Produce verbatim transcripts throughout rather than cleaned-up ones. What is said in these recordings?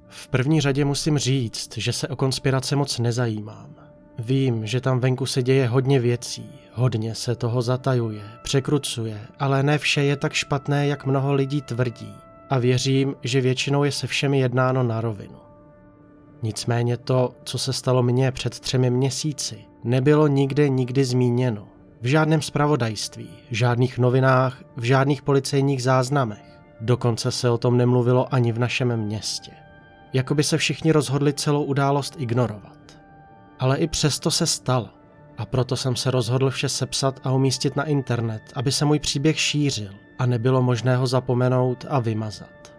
V první řadě musím říct, že se o konspirace moc nezajímám. Vím, že tam venku se děje hodně věcí, hodně se toho zatajuje, překrucuje, ale ne vše je tak špatné, jak mnoho lidí tvrdí. A věřím, že většinou je se všemi jednáno na rovinu. Nicméně to, co se stalo mně před třemi měsíci, nebylo nikde nikdy zmíněno. V žádném zpravodajství, v žádných novinách, v žádných policejních záznamech. Dokonce se o tom nemluvilo ani v našem městě. Jakoby se všichni rozhodli celou událost ignorovat. Ale i přesto se stalo. A proto jsem se rozhodl vše sepsat a umístit na internet, aby se můj příběh šířil a nebylo možné ho zapomenout a vymazat.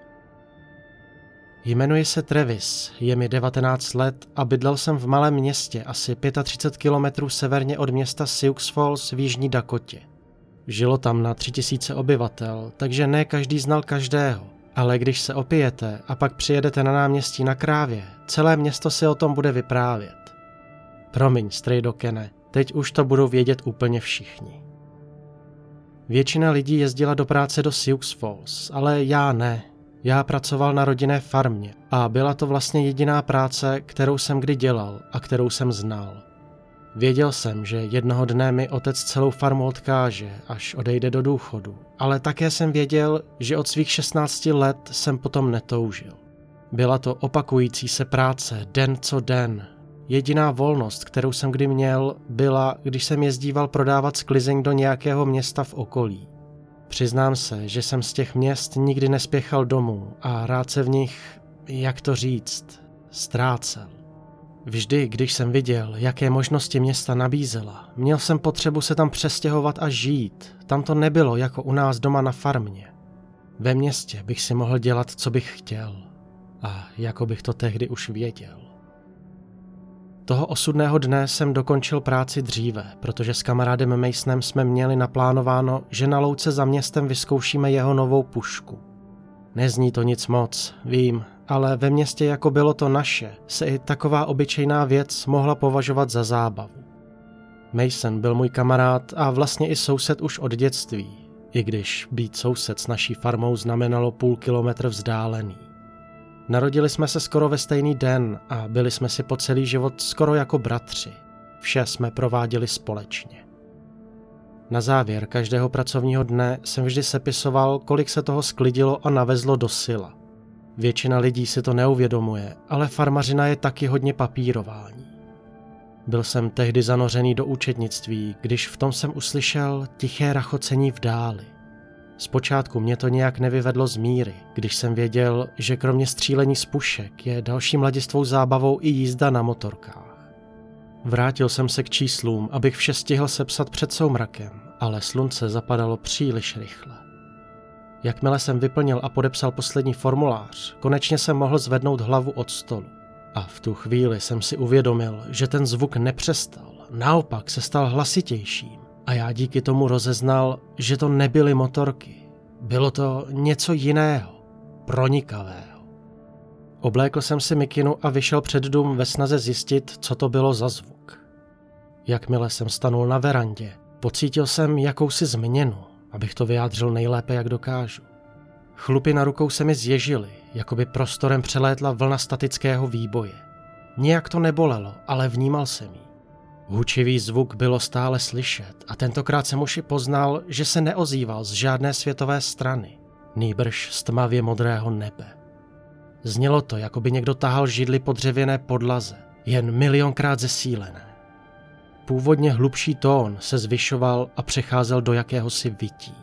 Jmenuji se Travis, je mi devatenáct let a bydlel jsem v malém městě asi třicet pět kilometrů severně od města Sioux Falls v Jižní Dakotě. Žilo tam na tři tisíce obyvatel, takže ne každý znal každého, ale když se opijete a pak přijedete na náměstí na krávě, celé město si o tom bude vyprávět. Promiň, Straydokene, teď už to budou vědět úplně všichni. Většina lidí jezdila do práce do Sioux Falls, ale já ne. Já pracoval na rodinné farmě a byla to vlastně jediná práce, kterou jsem kdy dělal a kterou jsem znal. Věděl jsem, že jednoho dne mi otec celou farmu odkáže, až odejde do důchodu, ale také jsem věděl, že od svých šestnácti let jsem potom netoužil. Byla to opakující se práce den co den. Jediná volnost, kterou jsem kdy měl, byla, když jsem jezdíval prodávat sklizeň do nějakého města v okolí. Přiznám se, že jsem z těch měst nikdy nespěchal domů a rád se v nich, jak to říct, ztrácel. Vždy, když jsem viděl, jaké možnosti města nabízela, měl jsem potřebu se tam přestěhovat a žít. Tam to nebylo jako u nás doma na farmě. Ve městě bych si mohl dělat, co bych chtěl. A jako bych to tehdy už věděl. Toho osudného dne jsem dokončil práci dříve, protože s kamarádem Masonem jsme měli naplánováno, že na louce za městem vyzkoušíme jeho novou pušku. Nezní to nic moc, vím, ale ve městě, jako bylo to naše, se i taková obyčejná věc mohla považovat za zábavu. Mason byl můj kamarád a vlastně i soused už od dětství, i když být soused s naší farmou znamenalo půl kilometr vzdálený. Narodili jsme se skoro ve stejný den a byli jsme si po celý život skoro jako bratři. Vše jsme prováděli společně. Na závěr každého pracovního dne jsem vždy sepisoval, kolik se toho sklidilo a navezlo do sila. Většina lidí si to neuvědomuje, ale farmařina je taky hodně papírování. Byl jsem tehdy zanořený do účetnictví, když v tom jsem uslyšel tiché rachocení v dáli. Zpočátku mě to nějak nevyvedlo z míry, když jsem věděl, že kromě střílení z pušek je další mladistvou zábavou i jízda na motorkách. Vrátil jsem se k číslům, abych vše stihl sepsat před soumrakem, ale slunce zapadalo příliš rychle. Jakmile jsem vyplnil a podepsal poslední formulář, konečně jsem mohl zvednout hlavu od stolu. A v tu chvíli jsem si uvědomil, že ten zvuk nepřestal, naopak se stal hlasitějším. A já díky tomu rozeznal, že to nebyly motorky. Bylo to něco jiného, pronikavého. Oblékl jsem si mikinu a vyšel před dům ve snaze zjistit, co to bylo za zvuk. Jakmile jsem stanul na verandě, pocítil jsem jakousi změnu, abych to vyjádřil nejlépe, jak dokážu. Chlupy na rukou se mi zježily, jako by prostorem přelétla vlna statického výboje. Nijak to nebolelo, ale vnímal jsem ji. Hučivý zvuk bylo stále slyšet a tentokrát jsem už i poznal, že se neozýval z žádné světové strany, nýbrž z tmavě modrého nebe. Znělo to, jako by někdo tahal židli po dřevěné podlaze, jen milionkrát zesílené. Původně hlubší tón se zvyšoval a přecházel do jakéhosi vytí.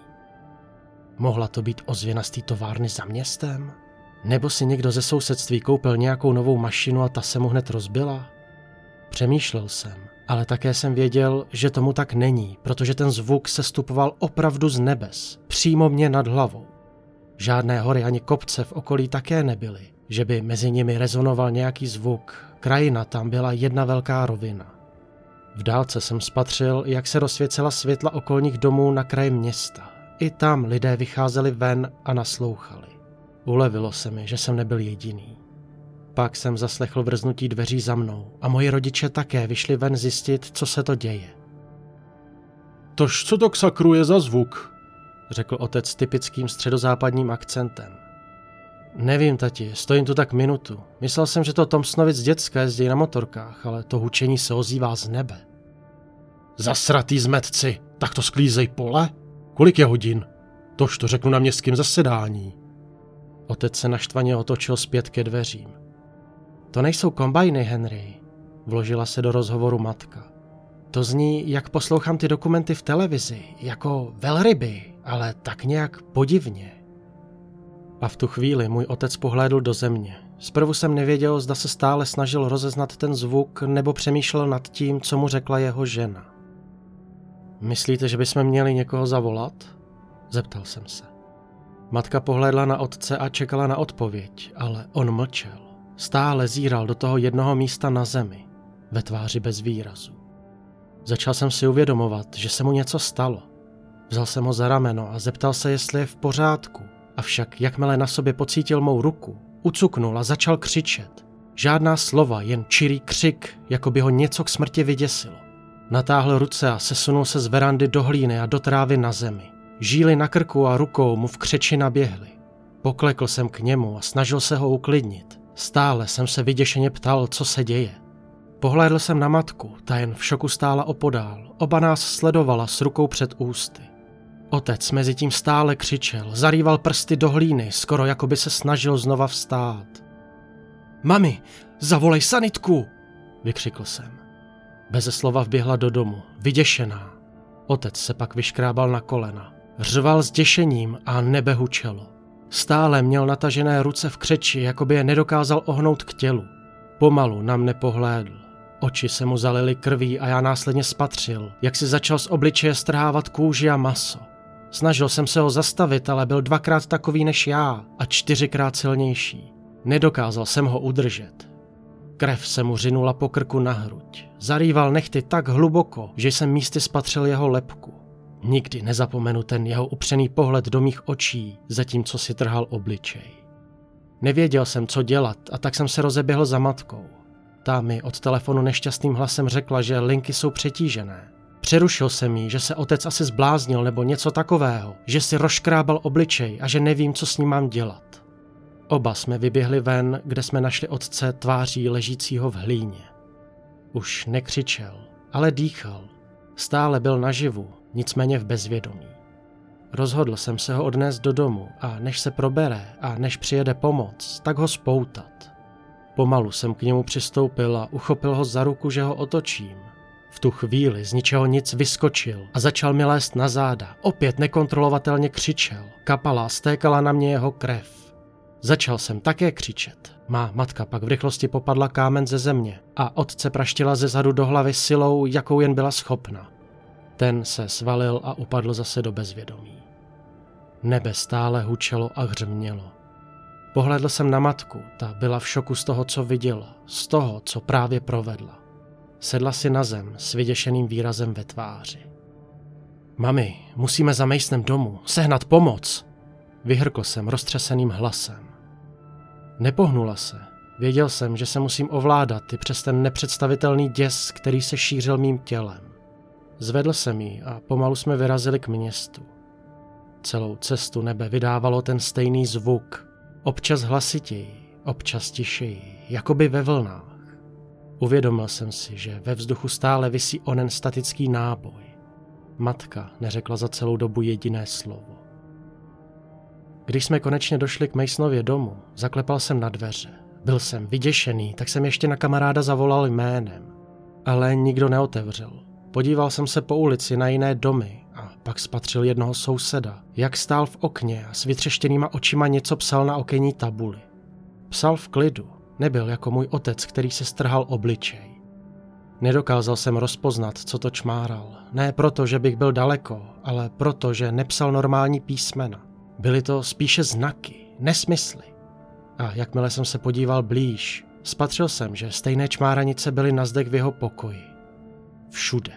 Mohla to být ozvěna z té továrny za městem? Nebo si někdo ze sousedství koupil nějakou novou mašinu a ta se mu hned rozbila? Přemýšlel jsem, ale také jsem věděl, že tomu tak není, protože ten zvuk se stupoval opravdu z nebes, přímo mě nad hlavou. Žádné hory ani kopce v okolí také nebyly, že by mezi nimi rezonoval nějaký zvuk. Krajina tam byla jedna velká rovina. V dálce jsem spatřil, jak se rozsvěcela světla okolních domů na kraji města. I tam lidé vycházeli ven a naslouchali. Ulevilo se mi, že jsem nebyl jediný. Pak jsem zaslechl vrznutí dveří za mnou a moji rodiče také vyšli ven zjistit, co se to děje. Tož co to k sakru je za zvuk? Řekl otec s typickým středozápadním akcentem. Nevím, tati, stojím tu tak minutu. Myslel jsem, že to Thompsonovi z děcka jezdí na motorkách, ale to hučení se ozývá z nebe. Zasratý zmetci, tak to sklízej pole? Kolik je hodin? Tož to řeknu na městském zasedání. Otec se naštvaně otočil zpět ke dveřím. To nejsou kombajny, Henry, vložila se do rozhovoru matka. To zní, jak poslouchám ty dokumenty v televizi, jako velryby, ale tak nějak podivně. A v tu chvíli můj otec pohlédl do země. Zprvu jsem nevěděl, zda se stále snažil rozeznat ten zvuk, nebo přemýšlel nad tím, co mu řekla jeho žena. Myslíte, že bychom měli někoho zavolat? Zeptal jsem se. Matka pohlédla na otce a čekala na odpověď, ale on mlčel. Stále zíral do toho jednoho místa na zemi, ve tváři bez výrazu. Začal jsem si uvědomovat, že se mu něco stalo. Vzal jsem ho za rameno a zeptal se, jestli je v pořádku. Avšak jakmile na sobě pocítil mou ruku, ucuknul a začal křičet. Žádná slova, jen čirý křik, jako by ho něco k smrti vyděsilo. Natáhl ruce a sesunul se z verandy do hlíny a do trávy na zemi. Žíly na krku a rukou mu v křeči naběhly. Poklekl jsem k němu a snažil se ho uklidnit. Stále jsem se vyděšeně ptal, co se děje. Pohlédl jsem na matku, ta jen v šoku stála opodál. Oba nás sledovala s rukou před ústy. Otec mezi tím stále křičel, zarýval prsty do hlíny, skoro jako by se snažil znova vstát. Mami, zavolej sanitku, vykřikl jsem. Beze slova vběhla do domu, vyděšená. Otec se pak vyškrábal na kolena. Řval s děšením a nebe hučelo. Stále měl natažené ruce v křeči, jako by je nedokázal ohnout k tělu. Pomalu na mne pohlédl. Oči se mu zalily krví a já následně spatřil, jak si začal z obličeje strhávat kůži a maso. Snažil jsem se ho zastavit, ale byl dvakrát takový než já a čtyřikrát silnější. Nedokázal jsem ho udržet. Krev se mu řinula po krku na hruď. Zarýval nehty tak hluboko, že jsem místy spatřil jeho lebku. Nikdy nezapomenu ten jeho upřený pohled do mých očí, zatímco si trhal obličej. Nevěděl jsem, co dělat, a tak jsem se rozeběhl za matkou. Ta mi od telefonu nešťastným hlasem řekla, že linky jsou přetížené. Přerušil jsem jí, že se otec asi zbláznil nebo něco takového, že si rozškrábal obličej a že nevím, co s ním mám dělat. Oba jsme vyběhli ven, kde jsme našli otce tváří ležícího v hlíně. Už nekřičel, ale dýchal. Stále byl naživu, nicméně v bezvědomí. Rozhodl jsem se ho odnést do domu a než se probere a než přijede pomoc, tak ho spoutat. Pomalu jsem k němu přistoupil a uchopil ho za ruku, že ho otočím. V tu chvíli z ničeho nic vyskočil a začal mi lézt na záda. Opět nekontrolovatelně křičel. Kapala a stékala na mě jeho krev. Začal jsem také křičet. Má matka pak v rychlosti popadla kámen ze země a otce praštila ze zadu do hlavy silou, jakou jen byla schopna. Ten se svalil a upadl zase do bezvědomí. Nebe stále hučelo a hřmělo. Pohlédl jsem na matku, ta byla v šoku z toho, co viděla, z toho, co právě provedla. Sedla si na zem s vyděšeným výrazem ve tváři. Mami, musíme za Masonem domů, sehnat pomoc, vyhrkl jsem roztřeseným hlasem. Nepohnula se. Věděl jsem, že se musím ovládat i přes ten nepředstavitelný děs, který se šířil mým tělem. Zvedl jsem ji a pomalu jsme vyrazili k městu. Celou cestu nebe vydávalo ten stejný zvuk, občas hlasitěji, občas tišeji, jakoby ve vlnách. Uvědomil jsem si, že ve vzduchu stále visí onen statický náboj. Matka neřekla za celou dobu jediné slovo. Když jsme konečně došli k Masonově domu, zaklepal jsem na dveře. Byl jsem vyděšený, tak jsem ještě na kamaráda zavolal jménem. Ale nikdo neotevřel. Podíval jsem se po ulici na jiné domy a pak spatřil jednoho souseda, jak stál v okně a s vytřeštěnýma očima něco psal na okenní tabuli. Psal v klidu, nebyl jako můj otec, který se strhal obličej. Nedokázal jsem rozpoznat, co to čmáral. Ne proto, že bych byl daleko, ale proto, že nepsal normální písmena. Byly to spíše znaky, nesmysly. A jakmile jsem se podíval blíž, spatřil jsem, že stejné čmáranice byly na zdech v jeho pokoji. Všude.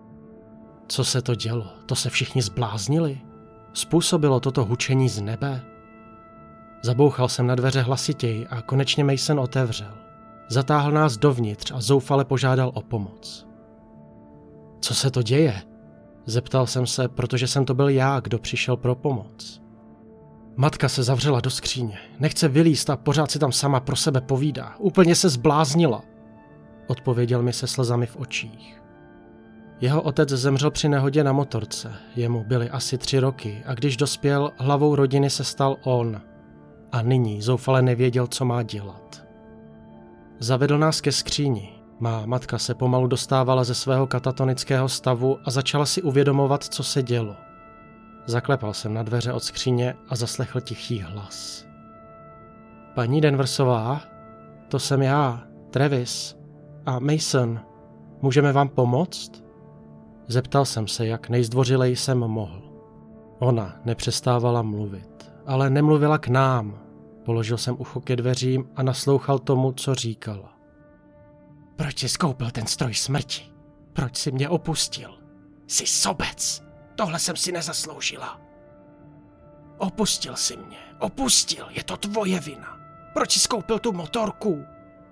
Co se to dělo? To se všichni zbláznili? Způsobilo toto hučení z nebe? Zabouchal jsem na dveře hlasitěji a konečně Mason otevřel. Zatáhl nás dovnitř a zoufale požádal o pomoc. Co se to děje? Zeptal jsem se, protože jsem to byl já, kdo přišel pro pomoc. Matka se zavřela do skříně. Nechce vylízt a pořád si tam sama pro sebe povídá. Úplně se zbláznila. Odpověděl mi se slzami v očích. Jeho otec zemřel při nehodě na motorce. Jemu byly asi tři roky a když dospěl, hlavou rodiny se stal on. A nyní zoufale nevěděl, co má dělat. Zavedl nás ke skříni. Má matka se pomalu dostávala ze svého katatonického stavu a začala si uvědomovat, co se dělo. Zaklepal jsem na dveře od skříně a zaslechl tichý hlas. Paní Denversová, to jsem já, Travis a Mason. Můžeme vám pomoct? Zeptal jsem se, jak nejzdvořileji jsem mohl. Ona nepřestávala mluvit, ale nemluvila k nám. Položil jsem ucho ke dveřím a naslouchal tomu, co říkala. Proč jsi skoupil ten stroj smrti? Proč jsi mě opustil? Jsi sobec! Tohle jsem si nezasloužila. Opustil jsi mě, opustil, je to tvoje vina. Proč jsi skoupil tu motorku?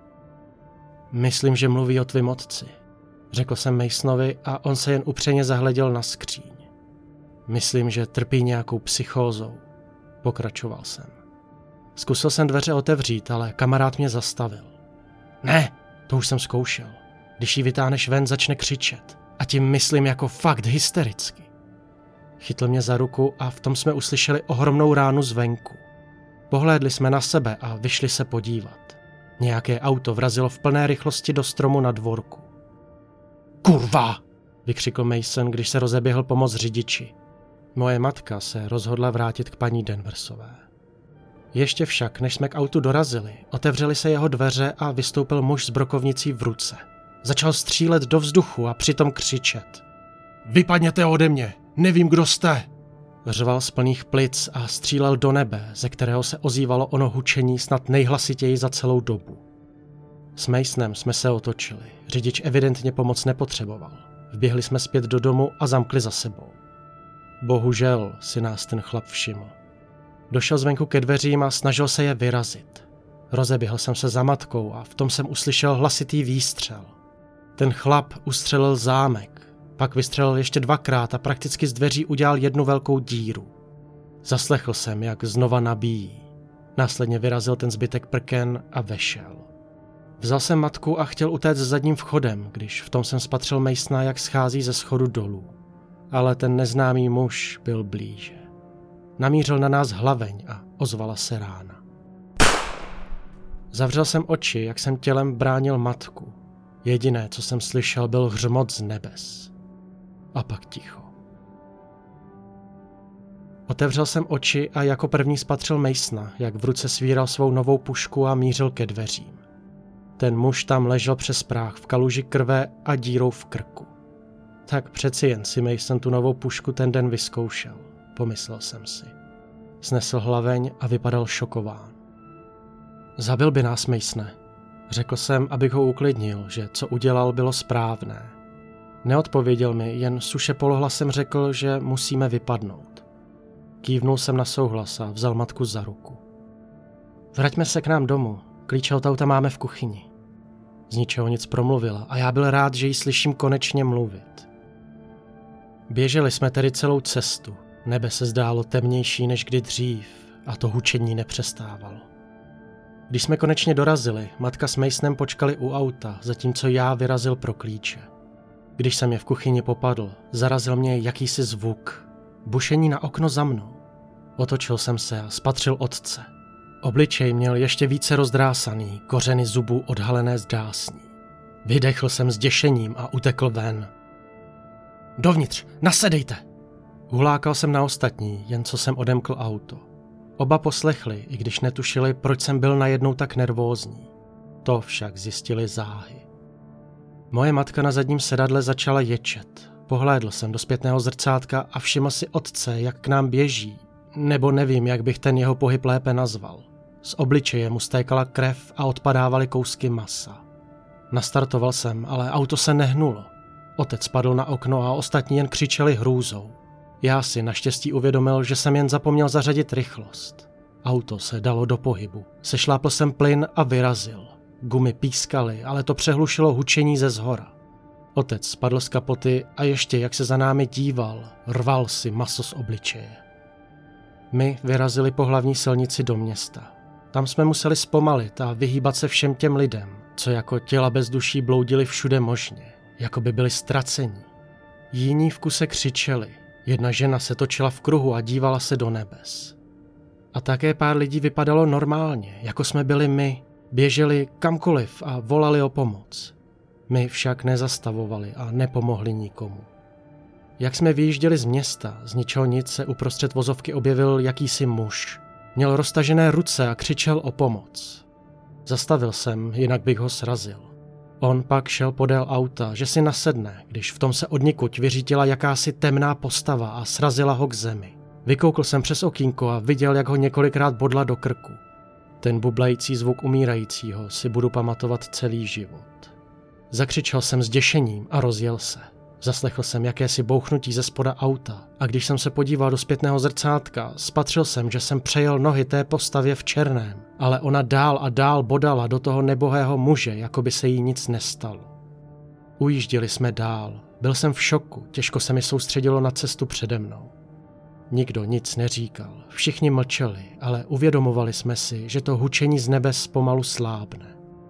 Myslím, že mluví o tvým otci, řekl jsem Masonovi a on se jen upřeně zahleděl na skříň. Myslím, že trpí nějakou psychózou, pokračoval jsem. Zkusil jsem dveře otevřít, ale kamarád mě zastavil. Ne, to už jsem zkoušel. Když ji vytáhneš ven, začne křičet. A tím myslím jako fakt hystericky. Chytl mě za ruku a v tom jsme uslyšeli ohromnou ránu zvenku. Pohlédli jsme na sebe a vyšli se podívat. Nějaké auto vrazilo v plné rychlosti do stromu na dvorku. Kurva! Vykřikl Mason, když se rozeběhl pomoct řidiči. Moje matka se rozhodla vrátit k paní Denversové. Ještě však, než jsme k autu dorazili, otevřely se jeho dveře a vystoupil muž s brokovnicí v ruce. Začal střílet do vzduchu a přitom křičet. Vypadněte ode mě, nevím, kdo jste! Řval z plných plic a střílel do nebe, ze kterého se ozývalo ono hučení snad nejhlasitěji za celou dobu. S Masonem jsme se otočili, řidič evidentně pomoc nepotřeboval. Vběhli jsme zpět do domu a zamkli za sebou. Bohužel si nás ten chlap všiml. Došel zvenku ke dveřím a snažil se je vyrazit. Rozeběhl jsem se za matkou a v tom jsem uslyšel hlasitý výstřel. Ten chlap ustřelil zámek, pak vystřelil ještě dvakrát a prakticky z dveří udělal jednu velkou díru. Zaslechl jsem, jak znova nabíjí. Následně vyrazil ten zbytek prken a vešel. Vzal jsem matku a chtěl utéct zadním vchodem, když v tom jsem spatřil Masona, jak schází ze schodu dolů. Ale ten neznámý muž byl blíže. Namířil na nás hlaveň a ozvala se rána. Zavřel jsem oči, jak jsem tělem bránil matku. Jediné, co jsem slyšel, byl hřmot z nebes. A pak ticho. Otevřel jsem oči a jako první spatřil Masona, jak v ruce svíral svou novou pušku a mířil ke dveřím. Ten muž tam ležel přes práh v kaluži krve a dírou v krku. Tak přeci jen si Mason tu novou pušku ten den vyzkoušel, pomyslel jsem si. Snesl hlaveň a vypadal šokován. Zabil by nás, Masone. Řekl jsem, abych ho uklidnil, že co udělal, bylo správné. Neodpověděl mi, jen suše polohlasem řekl, že musíme vypadnout. Kývnul jsem na souhlas a vzal matku za ruku. Vraťme se k nám domů, klíče od auta máme v kuchyni. Z ničeho nic promluvila a já byl rád, že ji slyším konečně mluvit. Běželi jsme tedy celou cestu, nebe se zdálo temnější než kdy dřív a to hučení nepřestávalo. Když jsme konečně dorazili, matka s Masonem počkali u auta, zatímco já vyrazil pro klíče. Když jsem je v kuchyni popadl, zarazil mě jakýsi zvuk. Bušení na okno za mnou. Otočil jsem se a spatřil otce. Obličej měl ještě více rozdrásaný, kořeny zubů odhalené z dásní. Vydechl jsem s děšením a utekl ven. Dovnitř, nasedejte! Hulákal jsem na ostatní, jen co jsem odemkl auto. Oba poslechli, i když netušili, proč jsem byl najednou tak nervózní. To však zjistili záhy. Moje matka na zadním sedadle začala ječet. Pohlédl jsem do zpětného zrcátka a všiml si otce, jak k nám běží, nebo nevím, jak bych ten jeho pohyb lépe nazval. Z obličeje mu stékala krev a odpadávaly kousky masa. Nastartoval jsem, ale auto se nehnulo. Otec padl na okno a ostatní jen křičeli hrůzou. Já si naštěstí uvědomil, že jsem jen zapomněl zařadit rychlost. Auto se dalo do pohybu. Sešlápl jsem plyn a vyrazil. Gumy pískaly, ale to přehlušilo hučení ze zhora. Otec spadl z kapoty a ještě, jak se za námi díval, rval si maso z obličeje. My vyrazili po hlavní silnici do města. Tam jsme museli zpomalit a vyhýbat se všem těm lidem, co jako těla bez duší bloudili všude možně, jako by byli ztracení. Jiní v kuse křičeli, jedna žena se točila v kruhu a dívala se do nebes. A také pár lidí vypadalo normálně, jako jsme byli my, běželi kamkoliv a volali o pomoc. My však nezastavovali a nepomohli nikomu. Jak jsme vyjížděli z města, z ničeho nic se uprostřed vozovky objevil jakýsi muž. Měl roztažené ruce a křičel o pomoc. Zastavil jsem, jinak bych ho srazil. On pak šel podél auta, že si nasedne, když v tom se odnikud vyřítila jakási temná postava a srazila ho k zemi. Vykoukl jsem přes okýnko a viděl, jak ho několikrát bodla do krku. Ten bublající zvuk umírajícího si budu pamatovat celý život. Zakřičel jsem zděšením a rozjel se. Zaslechl jsem jakési bouchnutí ze spoda auta a když jsem se podíval do zpětného zrcátka, spatřil jsem, že jsem přejel nohy té postavě v černém, ale ona dál a dál bodala do toho nebohého muže, jako by se jí nic nestalo. Ujížděli jsme dál, byl jsem v šoku, těžko se mi soustředilo na cestu přede mnou. Nikdo nic neříkal, všichni mlčeli, ale uvědomovali jsme si, že to hučení z nebes pomalu slábne.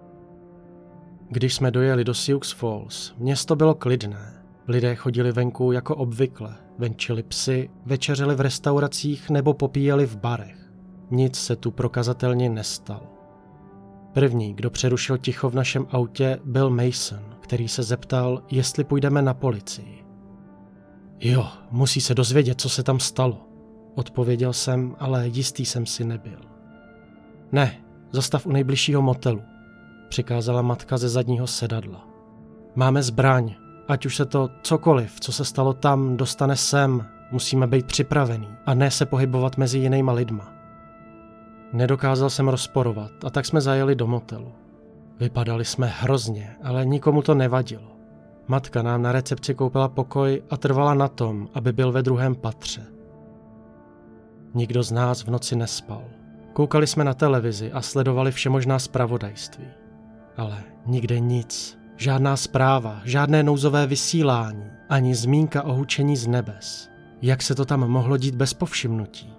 Když jsme dojeli do Sioux Falls, město bylo klidné. Lidé chodili venku jako obvykle, venčili psy, večeřili v restauracích nebo popíjeli v barech. Nic se tu prokazatelně nestalo. První, kdo přerušil ticho v našem autě, byl Mason, který se zeptal, jestli půjdeme na policii. Jo, musí se dozvědět, co se tam stalo. Odpověděl jsem, ale jistý jsem si nebyl. Ne, zastav u nejbližšího motelu, přikázala matka ze zadního sedadla. Máme zbraň, ať už se to cokoliv, co se stalo tam, dostane sem, musíme být připravený a ne se pohybovat mezi jinýma lidma. Nedokázal jsem rozporovat a tak jsme zajeli do motelu. Vypadali jsme hrozně, ale nikomu to nevadilo. Matka nám na recepci koupila pokoj a trvala na tom, aby byl ve druhém patře. Nikdo z nás v noci nespal. Koukali jsme na televizi a sledovali všemožná zpravodajství. Ale nikde nic. Žádná zpráva, žádné nouzové vysílání, ani zmínka o hučení z nebes. Jak se to tam mohlo dít bez povšimnutí?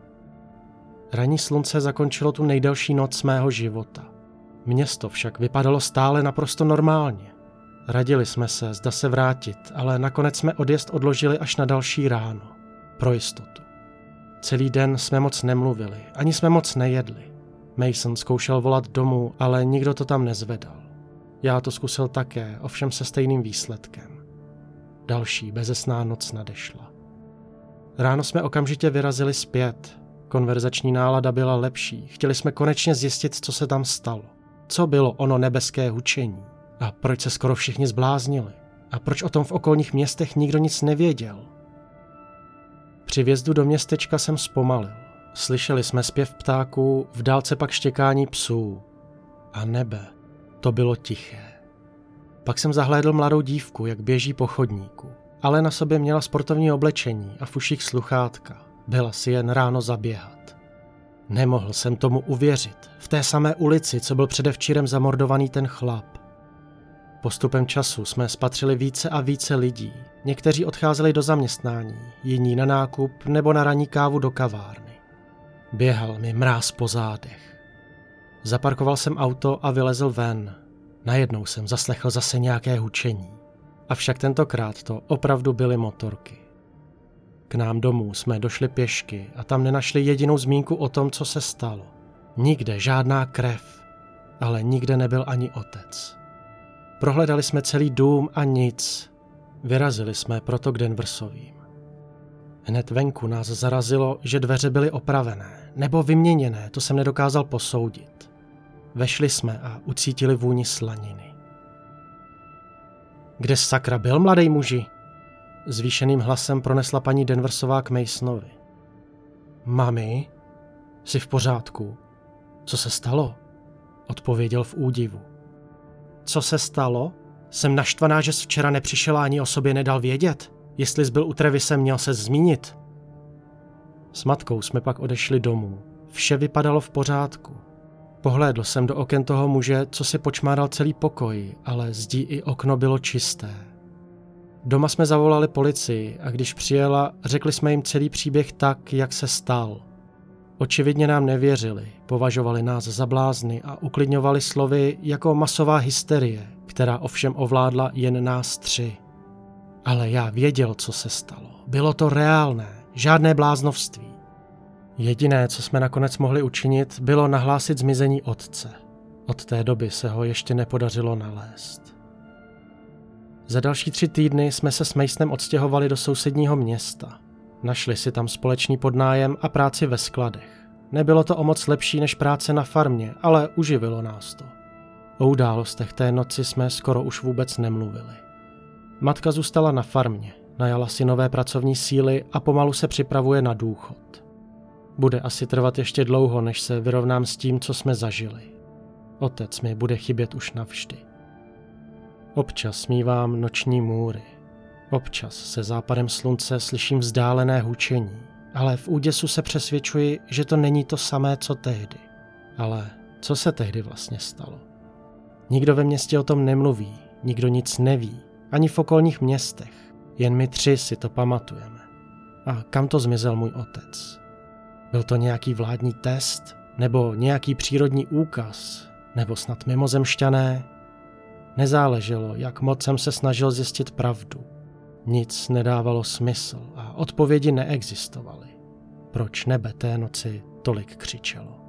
Ranní slunce zakončilo tu nejdelší noc mého života. Město však vypadalo stále naprosto normálně. Radili jsme se, zda se vrátit, ale nakonec jsme odjezd odložili až na další ráno. Pro jistotu. Celý den jsme moc nemluvili, ani jsme moc nejedli. Mason zkoušel volat domů, ale nikdo to tam nezvedal. Já to zkusil také, ovšem se stejným výsledkem. Další bezesná noc nadešla. Ráno jsme okamžitě vyrazili zpět. Konverzační nálada byla lepší. Chtěli jsme konečně zjistit, co se tam stalo. Co bylo ono nebeské hučení? A proč se skoro všichni zbláznili? A proč o tom v okolních městech nikdo nic nevěděl? Při vjezdu do městečka jsem zpomalil. Slyšeli jsme zpěv ptáků, v dálce pak štěkání psů. A nebe, to bylo tiché. Pak jsem zahlédl mladou dívku, jak běží po chodníku. Ale na sobě měla sportovní oblečení a v uších sluchátka. Byla si jen ráno zaběhat. Nemohl jsem tomu uvěřit. V té samé ulici, co byl předevčírem zamordovaný ten chlap. Postupem času jsme spatřili více a více lidí. Někteří odcházeli do zaměstnání, jiní na nákup nebo na ranní kávu do kavárny. Běhal mi mráz po zádech. Zaparkoval jsem auto a vylezl ven. Najednou jsem zaslechl zase nějaké hučení. Avšak tentokrát to opravdu byly motorky. K nám domů jsme došli pěšky a tam nenašli jedinou zmínku o tom, co se stalo. Nikde žádná krev, ale nikde nebyl ani otec. Prohledali jsme celý dům a nic. Vyrazili jsme proto k Denversovým. Hned venku nás zarazilo, že dveře byly opravené, nebo vyměněné, to jsem nedokázal posoudit. Vešli jsme a ucítili vůni slaniny. Kde sakra byl, mladej muži? Zvýšeným hlasem pronesla paní Denversová k Masonovi. Mami, jsi v pořádku? Co se stalo? Odpověděl v údivu. Co se stalo? Jsem naštvaná, že jsi včera nepřišel a ani o sobě nedal vědět. Jestli jsi byl u Trevise, měl se zmínit. S matkou jsme pak odešli domů. Vše vypadalo v pořádku. Pohlédl jsem do oken toho muže, co si počmáral celý pokoj, ale zdí i okno bylo čisté. Doma jsme zavolali policii a když přijela, řekli jsme jim celý příběh tak, jak se stal. Očividně nám nevěřili, považovali nás za blázny a uklidňovali slovy jako masová hysterie, která ovšem ovládla jen nás tři. Ale já věděl, co se stalo. Bylo to reálné, žádné bláznovství. Jediné, co jsme nakonec mohli učinit, bylo nahlásit zmizení otce. Od té doby se ho ještě nepodařilo nalézt. Za další tři týdny jsme se s Masonem odstěhovali do sousedního města. Našli si tam společný podnájem a práci ve skladech. Nebylo to o moc lepší než práce na farmě, ale uživilo nás to. O událostech té noci jsme skoro už vůbec nemluvili. Matka zůstala na farmě, najala si nové pracovní síly a pomalu se připravuje na důchod. Bude asi trvat ještě dlouho, než se vyrovnám s tím, co jsme zažili. Otec mi bude chybět už navždy. Občas smívám noční můry. Občas se západem slunce slyším vzdálené hučení, ale v úděsu se přesvědčuji, že to není to samé, co tehdy. Ale co se tehdy vlastně stalo? Nikdo ve městě o tom nemluví, nikdo nic neví, ani v okolních městech. Jen my tři si to pamatujeme. A kam to zmizel můj otec? Byl to nějaký vládní test? Nebo nějaký přírodní úkaz? Nebo snad mimozemšťané? Nezáleželo, jak moc jsem se snažil zjistit pravdu. Nic nedávalo smysl a odpovědi neexistovaly. Proč nebe té noci tolik křičelo?